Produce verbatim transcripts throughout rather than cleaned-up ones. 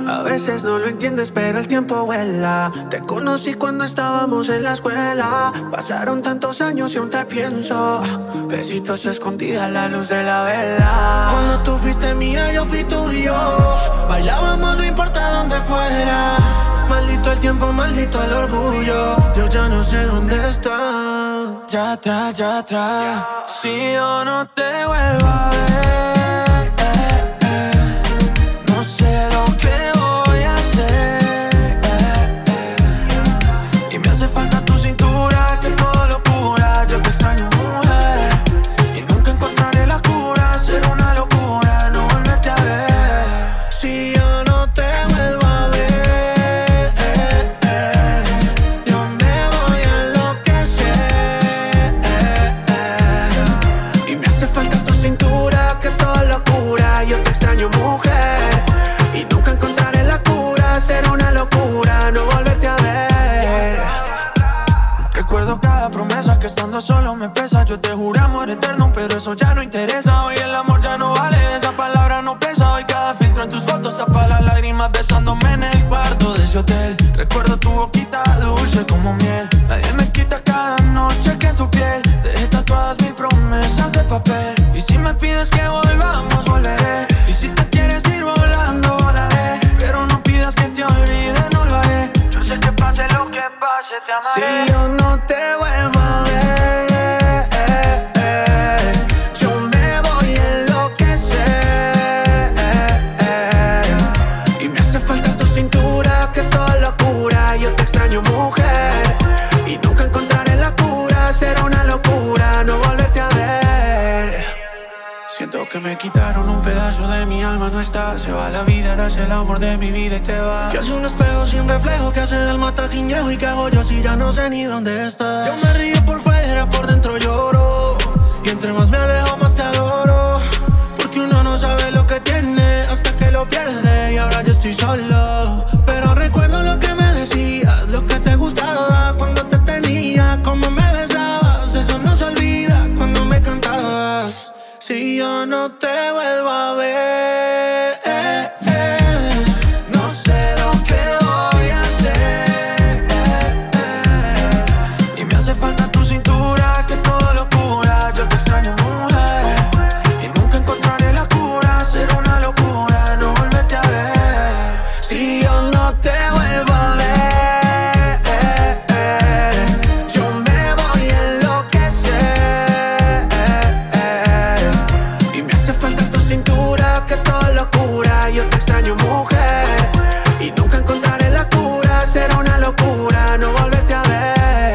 A veces no lo entiendes, pero el tiempo vuela. Te conocí cuando estábamos en la escuela. Pasaron tantos años y aún te pienso. Besitos escondidas a la luz de la vela. Cuando tú fuiste mía, yo fui tuyo. Bailábamos, no importa dónde fuera. Maldito el tiempo, maldito el orgullo. Yo ya no sé dónde está. Ya atrás, ya atrás. Si yo no te vuelvo a ver, eh, eh, no sé lo que voy a hacer, eh, eh. Y me hace falta tu cintura, que todo lo cura. Yo te extraño, mujer, y nunca encontraré la cura. Será una locura no volverte a ver. Si yo no te vuelvo a ver, eh, eh, yo me voy a enloquecer, eh, eh. Y me hace falta tu cintura, que todo lo cura. Yo te extraño, mujer, y nunca encontraré la cura. Será una locura no volverte a ver. Recuerdo cada promesa que estando solo me pesa. Yo te juré amor eterno, pero eso ya no interesa. Hoy el amor ya no vale, esa palabra no pesa. Hoy cada filtro en tus fotos tapa las lágrimas besándome en el cuarto de ese hotel. Recuerdo tu boquita dulce como miel. Nadie me quita cada noche que en tu piel te dejé tatuadas mil promesas de papel. Y si me pides que volvamos, volveré. Y si te quieres ir volando, volaré. Pero no pidas que te olvide, no lo haré. Yo sé que pase lo que pase, te amaré. Si yo no te vuelvo a ver, eh, eh, yo me voy a enloquecer, eh, eh. Y me hace falta tu cintura, que todo lo cura. Yo te extraño, mujer, y nunca encontraré la cura. Será una locura no volverte a ver. Siento que me quitaron un pedazo de mi alma, no está. Se va la vida, eras el amor de mi vida y te vas. Yo soy un espejo sin reflejo que hace del mata sin viejo. ¿Y qué hago yo si ya no sé ni dónde estás? Yo me río por fuera, por dentro lloro. Y entre más me alejo, más te adoro. Porque uno no sabe lo que tiene hasta que lo pierde. Y ahora yo estoy solo. Pero recuerdo lo que me decías, lo que te gustaba cuando te tenía, cómo me besabas. Eso no se olvida cuando me cantabas. Si yo no te vuelvo a ver, eh, eh, no sé lo que voy a hacer, eh, eh. Y me hace falta tu cintura, que todo lo cura. Yo te extraño, mujer, y nunca encontraré la cura. Será una locura no volverte a ver. Si yo no te vuelvo a ver, eh, eh, yo me voy a enloquecer, eh, eh. Y me hace falta tu cintura, que todo lo cura. Yo te extraño, mujer, y nunca encontraré la cura. Será una locura no volverte a ver.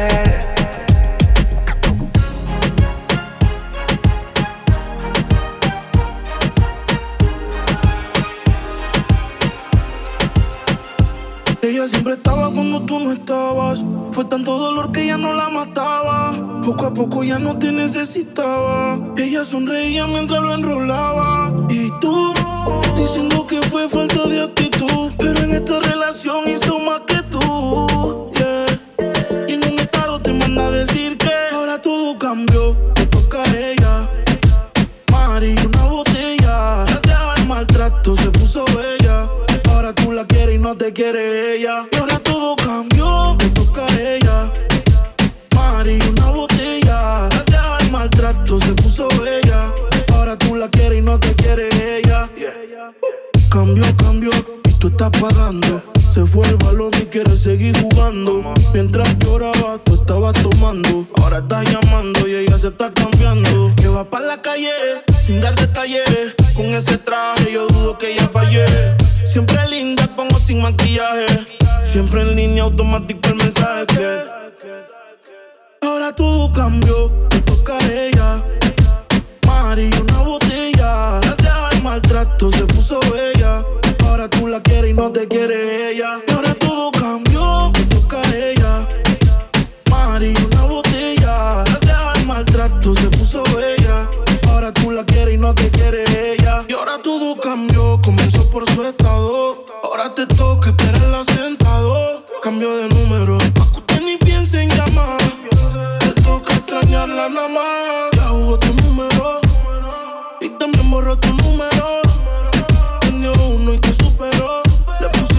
Ella siempre estaba cuando tú no estabas. Fue tanto dolor que ya no la mataba. Poco a poco ya no te necesitaba. Ella sonreía mientras lo enrolaba. Y tú, diciendo que fue falta de actitud. Pero en esta relación hizo más que tú, yeah. Y en un estado te manda a decir que ahora todo cambió. Te toca a ella, Mari, una botella. Gracias al maltrato se puso bella. Ahora tú la quieres y no te quiere ella. Y ahora todo cambió, te toca a ella, Mari, una botella. Gracias al maltrato se puso bella. Ahora tú la quieres y no te quiere ella, yeah. Cambió, cambió y tú estás pagando. Se fue el balón y quiere seguir jugando. Mientras lloraba, tú estabas tomando. Ahora estás llamando y ella se está cambiando. Que va pa' la calle sin dar detalles. Con ese traje yo dudo que ella fallé. Siempre linda como sin maquillaje. Siempre en línea automático el mensaje que ahora todo cambió, te toca a ella, Mari, una botella. Gracias al maltrato se puso bella. Ahora tú la quieres y no te quiere ella. Y ahora todo cambió, te toca a ella, Mari, una botella. Gracias al maltrato se puso bella. Ahora tú la quieres y no te quiere ella. Y ahora todo cambió, comenzó por su estado. Ahora te toca esperarla sentado. Cambio de número, pa' que usted ni piense en llamar. Te toca extrañarla nada más. Ya jugó tu número y también borró tu número. Tenía uno y te superó. Le puse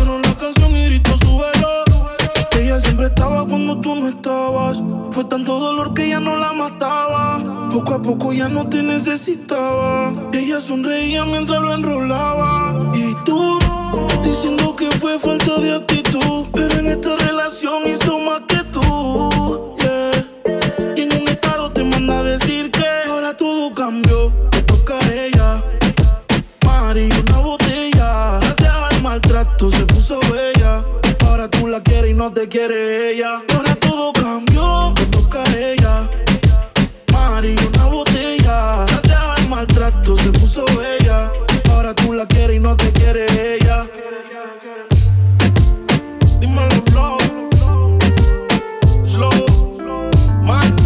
molestaba cuando tú no estabas. Fue tanto dolor que ya no la mataba. Poco a poco ya no te necesitaba. Ella sonreía mientras lo enrolaba. Y tú, diciendo que fue falta de actitud. Pero en esta relación hizo más que tú, yeah. Y en un estado te manda a decir que ahora todo cambió, te toca a ella. Mari, una botella. Gracias al maltrato se puso bella. Ahora tú la quieres y no te quiere ella. Ahora todo cambió, te toca a ella. Mari, una botella. Gracias al maltrato se puso bella. Ahora tú la quieres y no te quiere ella. Dímelo, flow. Slow. Mike.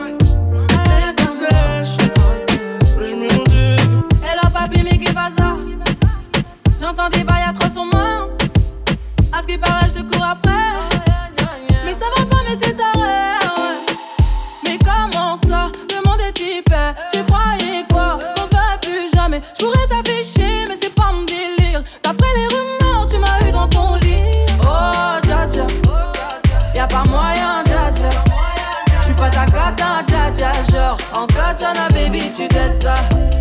Hello papi, mais qu'est pas ça? J'entends des bails à trois sur moi. À ce qui paraît, je te cours après. Mais ça va pas, mais t'es taré, ouais. Mais comment ça? Le monde est typé. Tu croyais quoi? Qu'on serait plus jamais. J'pourrais t'afficher, mais c'est pas mon délire. D'après les rumeurs, tu m'as eu dans ton lit. Oh, dja dja. Y'a pas moyen, dja dja. J'suis pas ta cata, dja dja. Genre, en katana, baby, tu t'aides ça.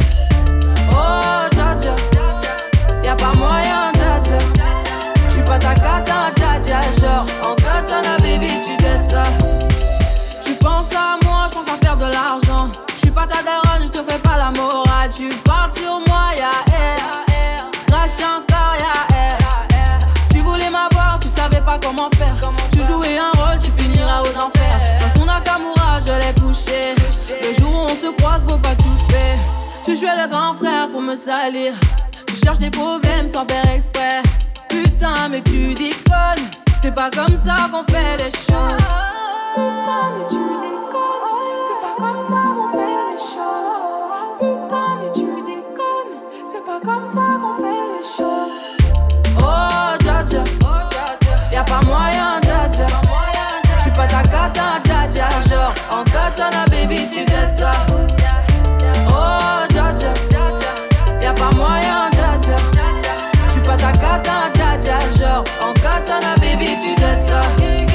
Oh, dja dja. Y'a pas moyen, dja dja. J'suis pas ta cata, dja dja. Genre, en katana, baby, tu t'aides ça. Tu penses à moi, j'pense à faire de l'argent. J'suis pas ta daronne, j'te fais pas la morale. Tu parles sur moi, y'a air. Crash encore, y'a air. Tu voulais m'avoir, tu savais pas comment faire. Tu jouais un rôle, tu finiras aux enfers. Dans son Nakamura, je l'ai couché. Le jour où on se croise, faut pas tout faire. Tu jouais le grand frère pour me salir. Tu cherches des problèmes sans faire exprès. Putain, mais tu déconnes. C'est pas comme ça qu'on fait les choses. Putain, mais tu déconnes. C'est pas comme ça qu'on fait les choses. Putain, mais tu déconnes. C'est pas comme ça qu'on fait les choses. Oh, dja dja. Y'a pas moyen, dja dja. J'suis pas ta cata, dja dja. Genre, en katana, baby, tu t'aides ça. Oh, dja dja. Y'a pas moyen, dja dja. J'suis pas ta cata, dja dja. Genre, en katana, baby, tu t'aides ça.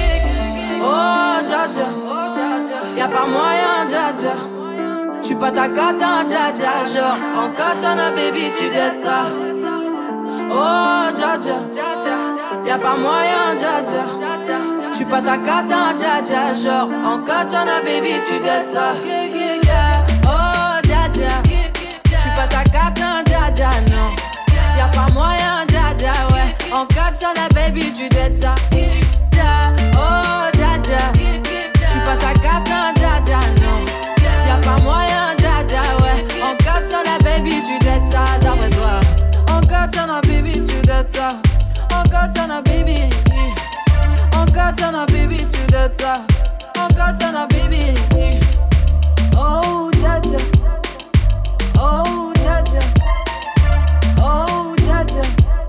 Oh, dja dja. Y'a pas moyen, dja dja. J'suis pas ta cata, dja dja. Genre, en katana, baby, tu t'aides ça. Oh, dja dja. Y'a pas moyen, dja dja. J'suis pas ta cata, dja dja. Genre, en katana, baby, tu t'aides ça. Oh, dja dja. J'suis pas ta cata, dja dja, non. Y'a pas moyen, dja dja, ouais. En katana, baby, tu t'aides ça. Oh, dja dja. J'suis pas ta cata, dja dja, non. Y'a pas moyen, dja dja, ouais. En katana, baby, tu t'aides ça, d'après toi. En katana, baby, tu t'aides ça. En katana, baby. En katana, baby, tu t'aides ça. En katana, baby. Oh, dja dja. Oh, dja dja. Oh, dja dja.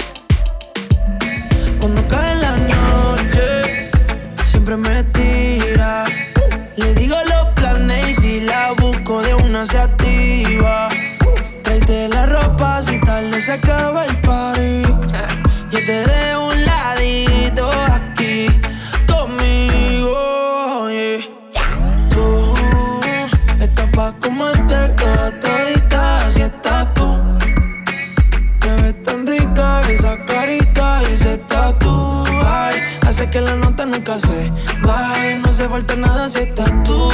Cuando cae la noche, siempre me tira. Le digo los planes y si la busco de una se activa. Tráete la ropa si tarde se acaba el party. Yo te dejo un ladito aquí conmigo, yeah. Tú estás pa' comerte toda todita, así estás tú. Te ves tan rica esa carita y ese tatu, ay, hace que la nota nunca se baje. No hace falta nada si estás tú.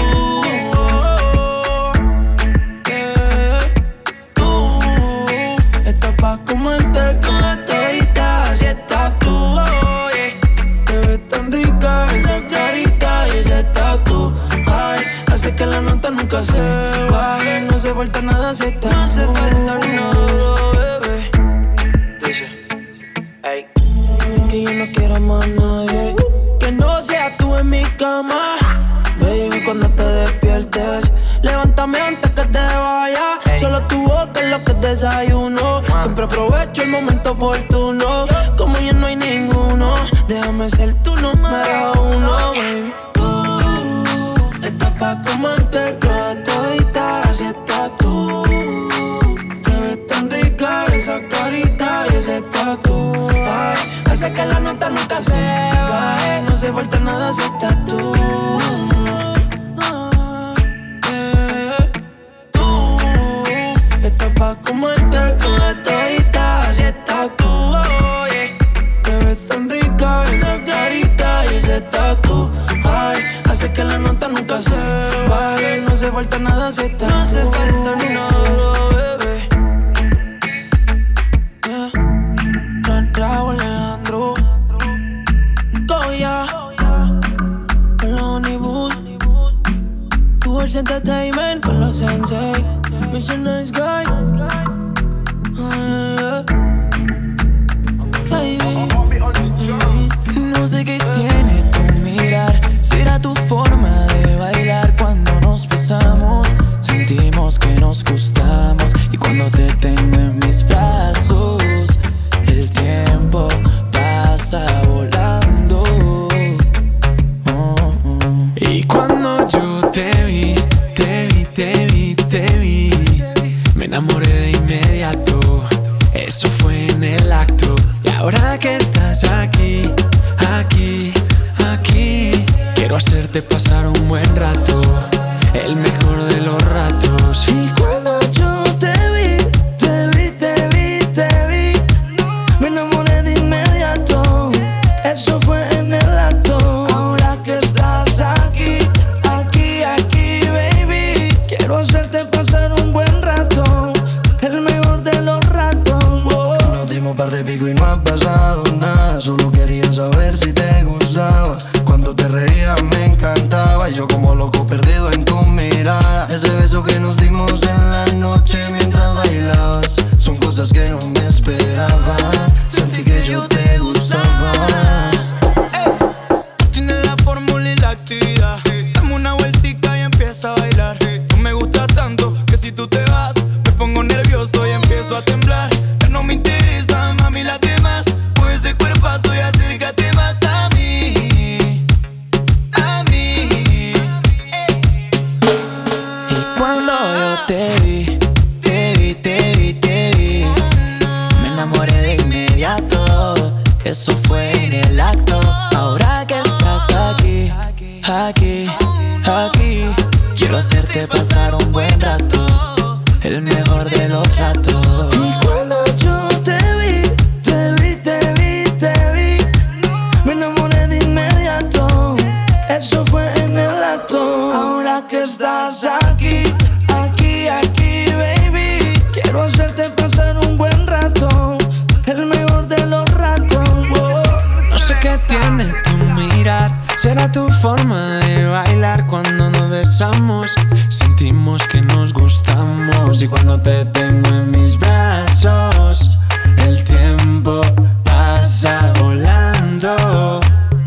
Comerte toda todita, así estás tú, oh, yeah. Te ves tan rica esa carita y ese tatu, ay, hace que la nota nunca se baje. No hace falta nada si estás tú. No hace falta nada, bebé. Dice, ey, es que yo no quiero más nadie que no seas tú en mi cama. Baby, cuando te despiertes, levántame antes que te vaya. Solo tu boca es lo que desayuno. Siempre aprovecho el momento oportuno. Como ya no hay ninguno, déjame ser tu número uno, baby. Tú estás pa' comerte toda todita, así estás tú. Te ves tan rica esa carita y ese tatu, ay, hace que la nota nunca se baje. No hace falta nada si estás tú. Tú estás pa' comerte toda todita. Si estás tú, oh, yeah. Te ves tan rica esa carita y ese tatu. Ay, hace que la nota nunca se baje. No hace falta nada si estás tú. No hace falta nada, bebé. Yeah. Raúl Alejandro Goya con los Honeywood Tours Entertainment con los Sensei Mister Nice Guy. uh, Baby, no sé qué tiene tu mirar. Será tu forma de bailar. Cuando nos besamos sentimos que nos gustamos. Y cuando te tengo en mis brazos el tiempo pasa volando. Oh, oh. Y cuando yo te vi, te vi, te vi, te vi, me enamoré de inmediato. Eso fue en el acto. Y ahora que estás aquí, aquí, aquí, quiero hacerte pasar un buen rato, el mejor de los ratos. Y cuando yo te vi, te vi, te vi, te vi, me enamoré de inmediato. Eso fue en el acto. Ahora que estás aquí, aquí, aquí, baby, quiero hacerte pasar un buen rato, el mejor de los ratos. Oh. Nos dimos par de pico y no ha pasado nada. Solo quería saber si te gustaba. Cuando te reías me encantaba. Y yo como loco perdido en tu mirada. Ese beso que nos dimos en la noche mientras bailabas, son cosas que no me esperaba. Sentí que yo te gustaba. Tú tienes la fórmula y la actividad. Dame una vueltica y empieza a bailar. Tú me gustas tanto que si tú te vas me pongo nervioso y empiezo a temblar. Ya no me interesa, mami, las demás. Pues ese cuerpazo y acércate más a mí, a mí. Y cuando yo te vi, te vi, te vi, te vi, me enamoré de inmediato. Eso fue en el acto. Ahora que estás aquí, aquí, aquí, quiero hacerte pasar un buen rato, el mejor de los ratos. Y cuando yo te vi, te vi, te vi, te vi, me enamoré de inmediato. Eso fue en el acto. Ahora que estás aquí, aquí, aquí, baby, quiero hacerte pasar un buen rato, el mejor de los ratos. Oh. No sé qué tiene tu mirar. Será tu forma de bailar. Cuando nos besamos sentimos que nos gustamos. Y cuando te tengo en mis brazos el tiempo pasa volando.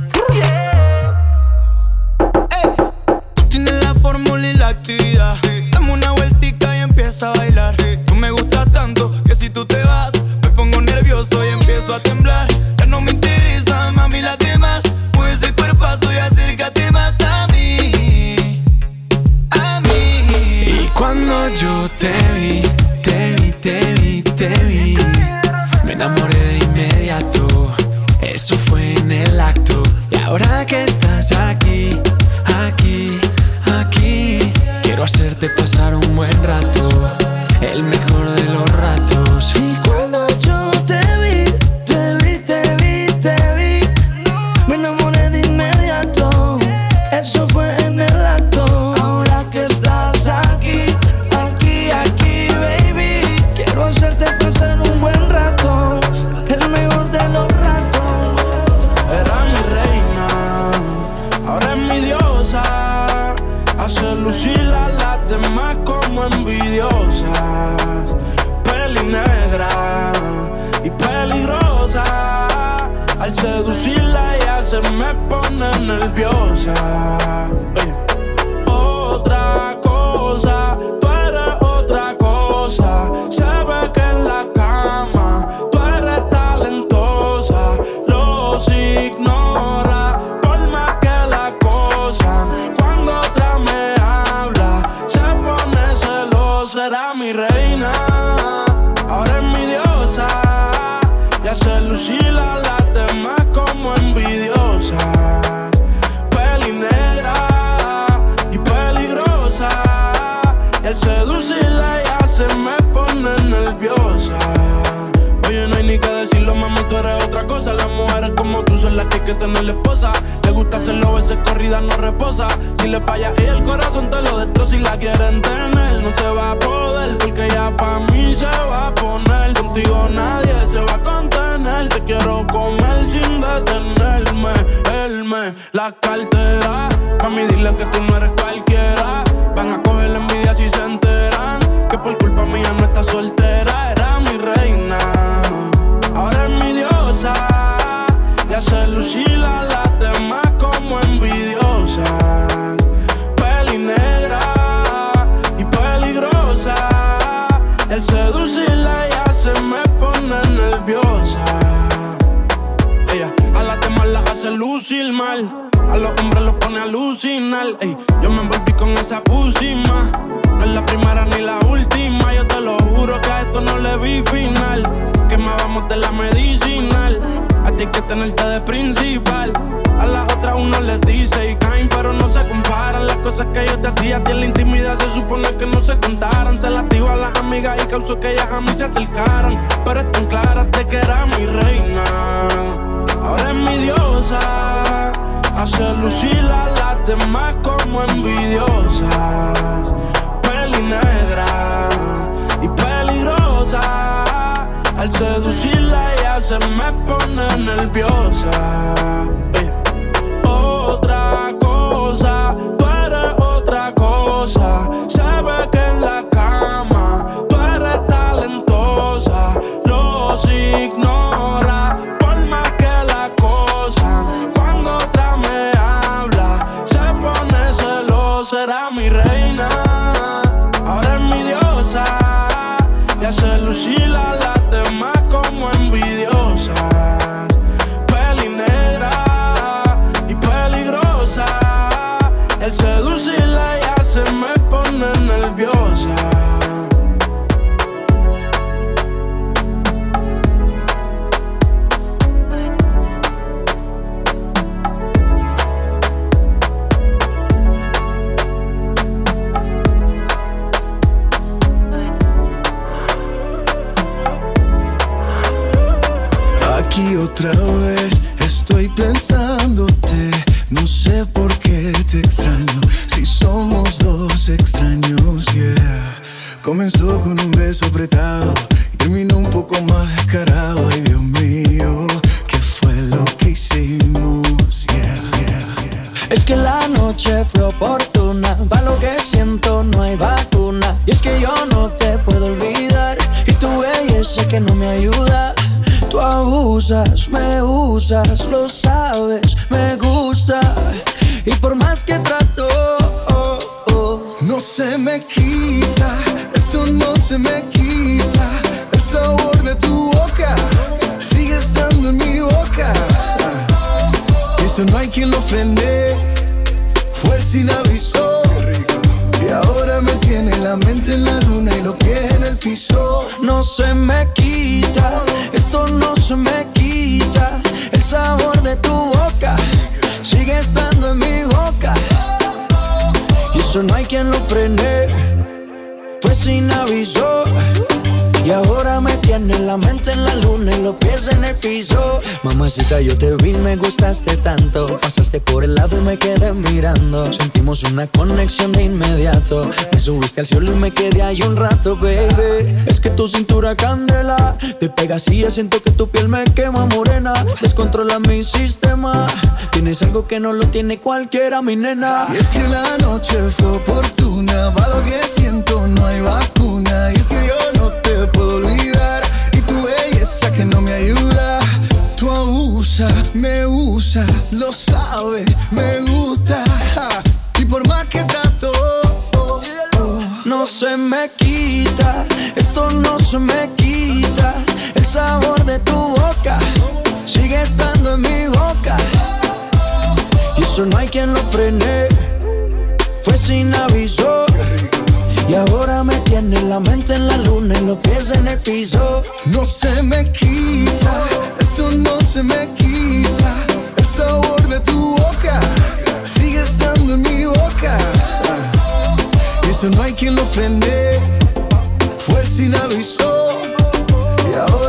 Tú tienes la fórmula y la actividad. Dame una vueltica y empieza a bailar. Tú me gustas tanto que si tú te vas me pongo nervioso y empiezo a temblar. Ya no me interesa, mami, las demás. Pues ese cuerpazo y acércate más a mí, a mí. Y cuando yo te vi, te vi, te vi, te vi, me enamoré de inmediato. Eso fue en el acto. Y ahora que estás aquí, aquí, aquí, quiero hacerte pasar un buen rato, el mejor de los ratos. Y cuando yo te vi, te vi, te vi, te vi, me enamoré de inmediato. Eso fue en el acto. Ahora que estás aquí, aquí, aquí, baby, quiero hacerte pasar un buen rato, el mejor de los ratos. Era mi reina, ahora es mi diosa. Hace lucir a las demás como envidiosas. Peli negra y peligrosa. Al seducirla ella se me pone nerviosa. Oye. Otra cosa, tú eres otra cosa. Se ve que en la cama tú eres talentosa. Los ignora por más que la acosan. Cuando otra me habla se pone celosa. Era mi reina, ahora es mi diosa. Y hace lucir a las demás la que hay que tener esposa. Le gusta hacerlo, veces corrida no reposa. Si le falla ella el corazón te lo destroza. Si la quieren tener no se va a poder, porque ya pa' mí se va a poner. Contigo nadie se va a contener. Te quiero comer sin detenerme. Él me la cartera. Mami, dile que tú no eres cualquiera. Van a coger la envidia si se enteran que por culpa mía no está soltera. Era mi reina, ahora es mi diosa. Y hace lucir a las demás como envidiosas. Peli negra y peligrosa. El seducirla ya se me pone nerviosa. Ella a las demás la hace lucir mal. A los hombres los pone a alucinar. Ey, yo me envolví con esa pusima. No es la primera ni la última. Yo te lo juro que a esto no le vi final. Quemábamos de la medicinal. A ti hay que tenerte de principal. A las otras uno les dice y caen, pero no se comparan. Las cosas que yo te hacía a ti en la intimidad se supone que no se contaran. Se las digo a las amigas y causó que ellas a mí se acercaran. Pero están claras de que era mi reina. Ahora es mi diosa. Hace lucir a las demás como envidiosas. Peli negra y peligrosa. Al seducirla ella se me pone nerviosa. Oye. Otra cosa, tú eres otra cosa. Se ve que en la cama tú eres talentosa. Los ignora por más que la acosan. Cuando otra me habla se pone celosa. Era mi reina, ahora es mi diosa. Y hace lucir a las demás como envidiosas. Peli negra y peligrosa. El seducirla ya se me pone nerviosa. Aquí otra vez estoy pensándote. No sé por qué te extraño. Si somos dos extraños, yeah. Comenzó con un beso apretado y terminó un poco más descarado. Ay, Dios mío, ¿qué fue lo que hicimos? Yeah, yeah, yeah. Es que la noche fue oportuna. Pa' lo que siento no hay vacuna. Y es que yo no te puedo olvidar. Y tu belleza que no me ayuda. Tú abusas, me usas, lo sabes, me gusta. Y por más que trato, oh, oh, no se me quita, esto no se me quita. El sabor de tu boca sigue estando en mi boca. Y eso no hay quien lo frene. Fue sin aviso. Y ahora me tiene la mente en la luna y los pies en el piso. no se me quita, esto no se me quita. El sabor de tu boca sigue estando en mi boca. Y eso no hay quien lo frene. Fue sin aviso. Y ahora me tiene la mente en la luna y los pies en el piso. Mamacita, yo te vi, me gustaste tanto. Pasaste por el lado y me quedé mirando. Sentimos una conexión de inmediato. Me subiste al cielo y me quedé ahí un rato, baby. Es que tu cintura candela, te pegas y yo siento que tu piel me quema morena. Descontrola mi sistema. Tienes algo que no lo tiene cualquiera, mi nena. Y es que la noche fue oportuna. Pa' lo que siento no hay vacuna. Y es que yo no te puedo olvidar. Y tu belleza que no me ayuda. Tú abusas, me usa, lo sabes, me gusta. Y por más que trato, oh, oh, no se me quita, esto no se me quita. El sabor de tu boca sigue estando en mi boca. Y eso no hay quien lo frene. Fue sin aviso. Y ahora me tiene la mente en la luna y los pies en el piso. no se me quita, esto no se me quita. El sabor de tu boca sigue estando en mi boca. Y eso no hay quien lo frene. Fue sin aviso. Y ahora me tiene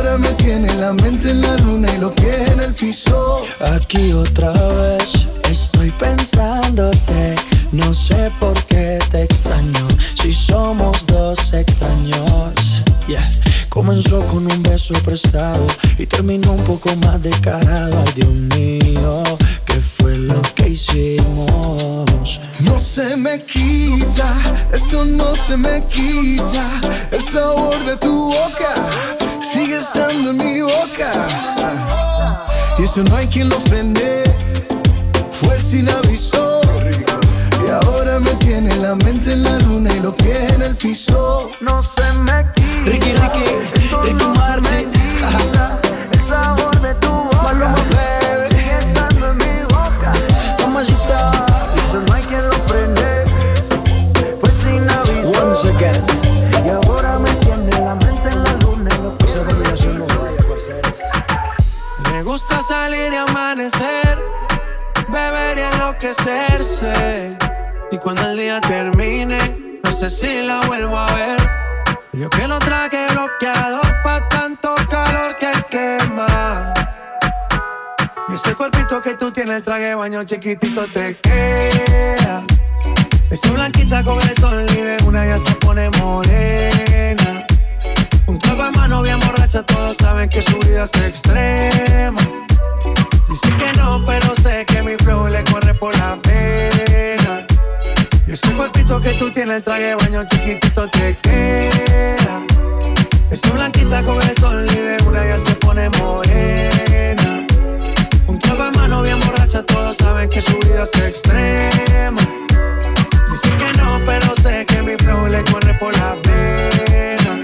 tiene la mente en la luna y los pies en el piso. Aquí otra vez estoy pensándote. No sé por qué te extraño, si somos dos extraños. Yeah. Comenzó con un beso prestado y terminó un poco más descarado. Ay, Dios mío, ¿qué fue lo que hicimos? No se me quita, esto no se me quita. El sabor de tu boca sigue estando en mi boca. Y eso no hay quien lo frene, fue sin aviso. Y ahora me tiene la mente en la luna y los pies en el piso. No se me quita. Ricky, Ricky, Ricky Martin. El sabor de tu boca. Maluma, baby. Sigue estando en mi boca. Mamacita. Eso no hay quien lo prende. Fue sin aviso. Once again. Y ahora me tiene la mente en la luna y los pies. Esa combinación no falla, parceros. Me gusta salir y amanecer, beber y enloquecerse. Y cuando el día termine, no sé si la vuelvo a ver. Yo que no traje bloqueador pa' tanto calor que quema. Y ese cuerpito que tú tienes, el traje de baño chiquitito te queda. Esa blanquita con el sol y de una ya se pone morena. Un trago de mano bien borracha, todos saben que su vida es extrema. Dicen que no, pero sé que mi flow le corre por la pena. Y ese cuerpito que tú tienes, el traje de baño chiquitito te queda. Esa blanquita con el sol y de una ya se pone morena. Un trago de mano bien borracha, todos saben que su vida es extrema. Dicen que no, pero sé que mi flow le corre por la pena.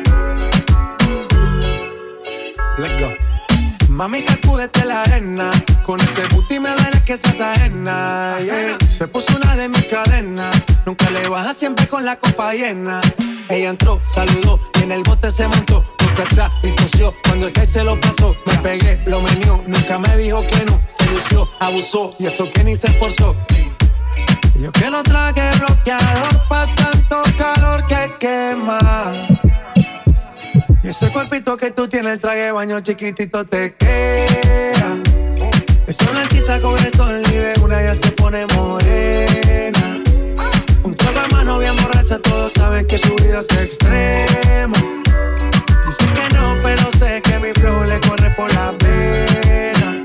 Let's go. Mami, sacúdete la arena. Con ese booty me duele que seas ajena, yeah. Se puso una de mis cadenas. Nunca le baja, siempre con la copa llena. Ella entró, saludó y en el bote se montó. Porque atrás y tosió, cuando el que se lo pasó. Me pegué, lo menió, nunca me dijo que no. Se lució, abusó y eso que ni se esforzó. Yo que no traje bloqueador pa' tanto calor que quema. Y ese cuerpito que tú tienes, el traje de baño chiquitito te queda. Esa blanquita con el sol y de una ya se pone morena. Un trago de mano bien borracha, todos saben que su vida es extrema. Dicen que no, pero sé que mi flow le corre por la pena.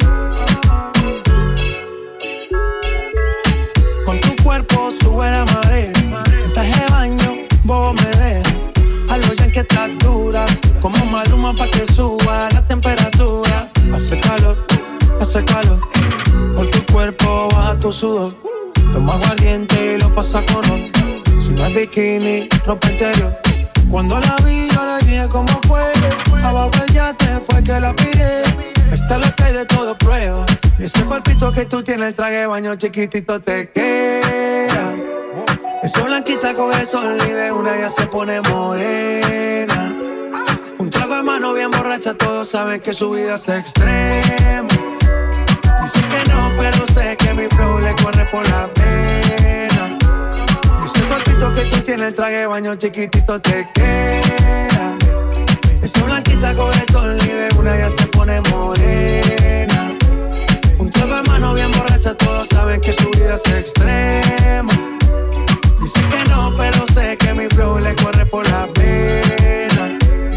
Con tu cuerpo sube la marea. En traje de baño, vos me dejas. A los yankees estás dura, como Maluma pa' que suba la temperatura. Hace calor, hace calor. Por tu cuerpo baja tu sudor. Toma aguardiente y lo pasa con ron. Si no es bikini, ropa interior. Cuando la vi yo le dije cómo fue. Abajo el yate fue que la piré. Esta es la que hay de todo prueba. Y ese cuerpito que tú tienes, el traje de baño chiquitito te queda. Esa blanquita con el sol y de una ya se pone morena. Un trago de mano bien borracha, todos saben que su vida es extrema. Dicen que no, pero sé que mi flow le corre por la pena. Y ese cuerpito que tú tienes, el traje de baño chiquitito te queda. Esa blanquita con el sol y de una ya se pone morena. Un trago de mano bien borracha, todos saben que su vida es extrema. Dicen que no, pero sé que mi flow le corre por la pena.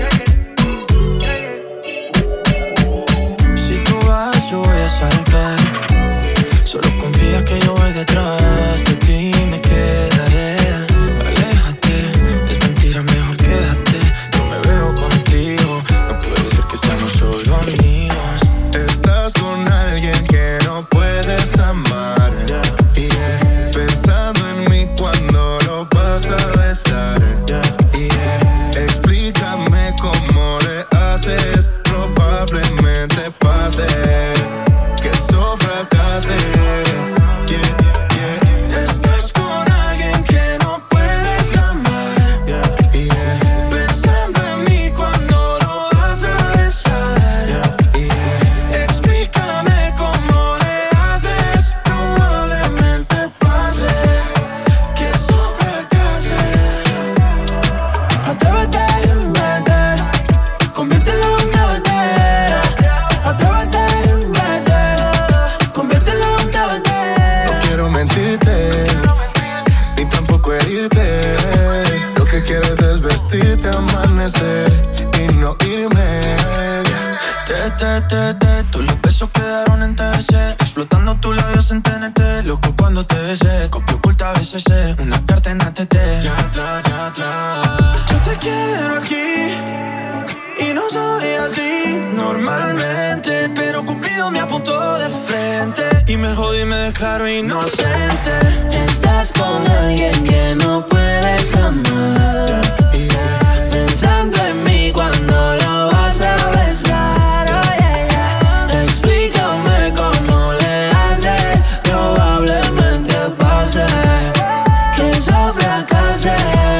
Si tú vas, yo voy a saltar. Solo confía que yo voy detrás de ti, me quedaré. Aléjate, es mentira, mejor quédate. No me veo contigo, no puede ser que seamos solo amigos. Estás con alguien que no puedes amar, yeah. amanecer y no irme. Te, te, te, te, todos los besos quedaron en T V C, explotando tus labios en T N T. Loco cuando te besé, copia oculta B C C, una carta en A T T. Ya atrás, ya atrás. Yo te quiero aquí y no soy así normalmente, pero Cupido me apuntó de frente y me jodí y me declaro inocente. Estás con alguien que no puedes amar, yeah. Pensando en mí cuando lo vas a besar, oh, yeah, yeah. Explícame cómo le haces, probablemente pase que eso fracase.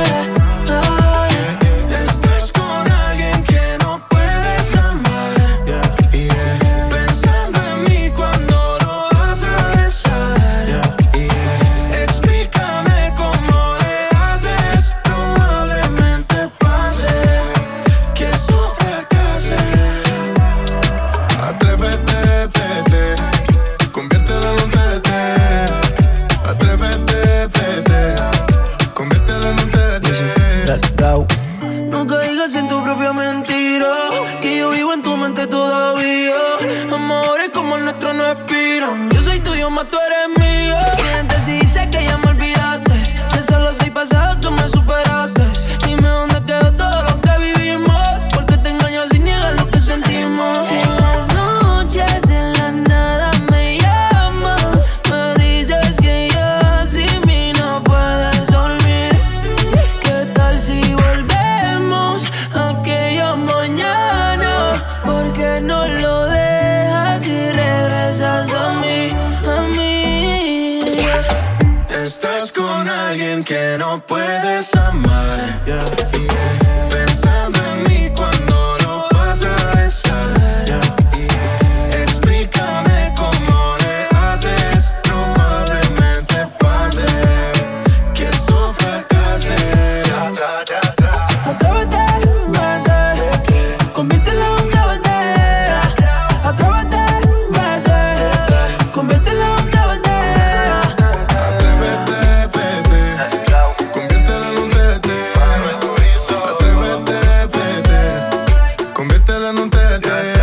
No caigas en tu propia mentira, que yo vivo en tu mente todavía. Amores como el nuestro no expiran. Yo soy tuyo, más tú eres mío. Mientes y dices que ya me olvidaste, que solo soy pasado, tú me superaste. Dime dónde quedó todo lo que vivimos, porque te engañas y niegas lo que sentimos. Si en las noches de la nada me llamas, me dices que ya sin mí no puedes dormir. ¿Qué tal si volvemos a aquella mañana? ¿Por qué no lo dejas y regresas a mí, a mí? Estás con alguien que no puedes amar, yeah, yeah. Pensando en mí cuando lo vas a besar, yeah, yeah. Explícame cómo le haces, probablemente pase que eso fracase. Atrévete, vete, conviértelo en un D V D. Atrévete, vete, conviértelo en un D V D. Atrévete, vete, conviértela en un D V D. Atrévete, vete, conviértela en un D V D.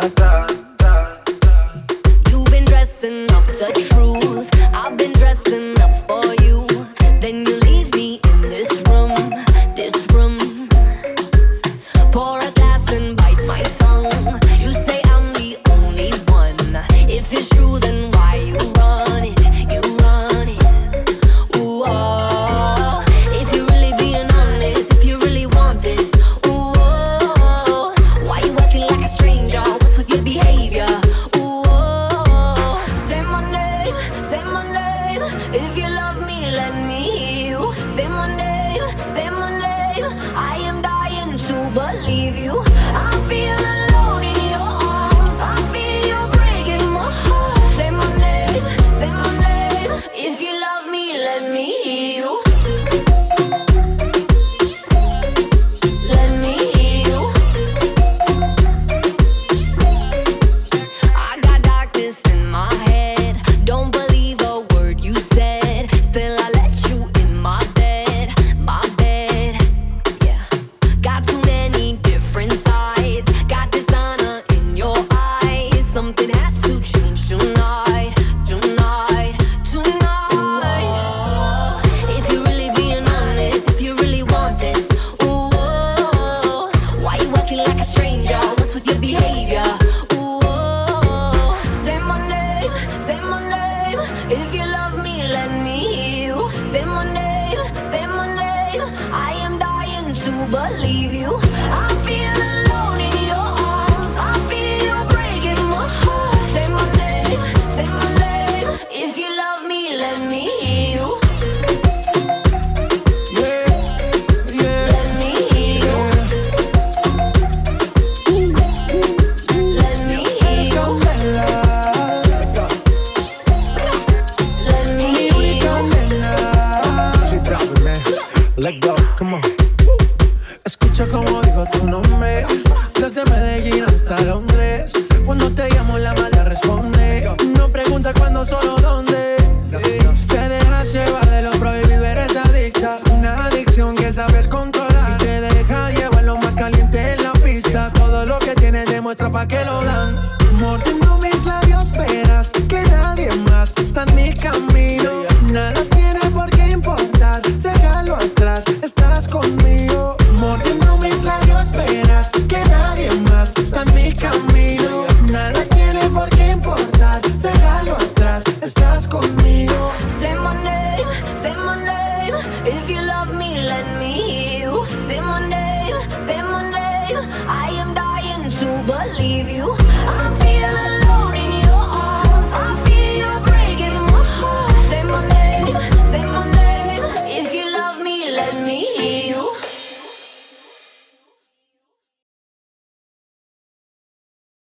You've been dressing up the truth, I've been dressing up for you. Then you leave me in this room, this room. Pour a glass and bite my tongue. You say I'm the only one. If it's true, then why you run it? You run it. Ooh, oh. If you're really being honest, if you really want this, ooh, oh. Why you acting like a stranger? What's with your behavior? Ooh, oh. Say my name, say my name. If you love me, let me hear you. Say my name, say my name. I am dying to believe you. I feel alone in your arms. I feel you breaking my heart. Say my name, say my name. If you love me, let me hear you. Let me hear you. I got darkness in my head. Don't believe a word you said. Still I let you in my bed, my bed. Yeah. Got too many different sides. Got dishonor in your eyes. Something has to change tonight, tonight, tonight. Ooh, if you're really being honest, if you really want this, ooh, oh, why you acting like a stranger? What's with your behavior? Ooh, oh, say my name, say my name. If you love me, let me hear you. Say my name, say my name. I am dying to believe you. I feel alone in your arms. I feel you breaking my heart. Say my name, say my name. If you love me, let me hear you. Let me hear you. muestra pa' que lo dan. Mordiendo mis labios, verás que nadie más está en mi camino. Nada tiene por qué importar, déjalo atrás, estás conmigo. Mordiendo mis labios, verás que nadie más está en mi camino. Nada tiene por qué importar, déjalo atrás, estás conmigo. Say my name, say my name. If you love me, let me hear you. Say my name, say my name. I am dying to believe you.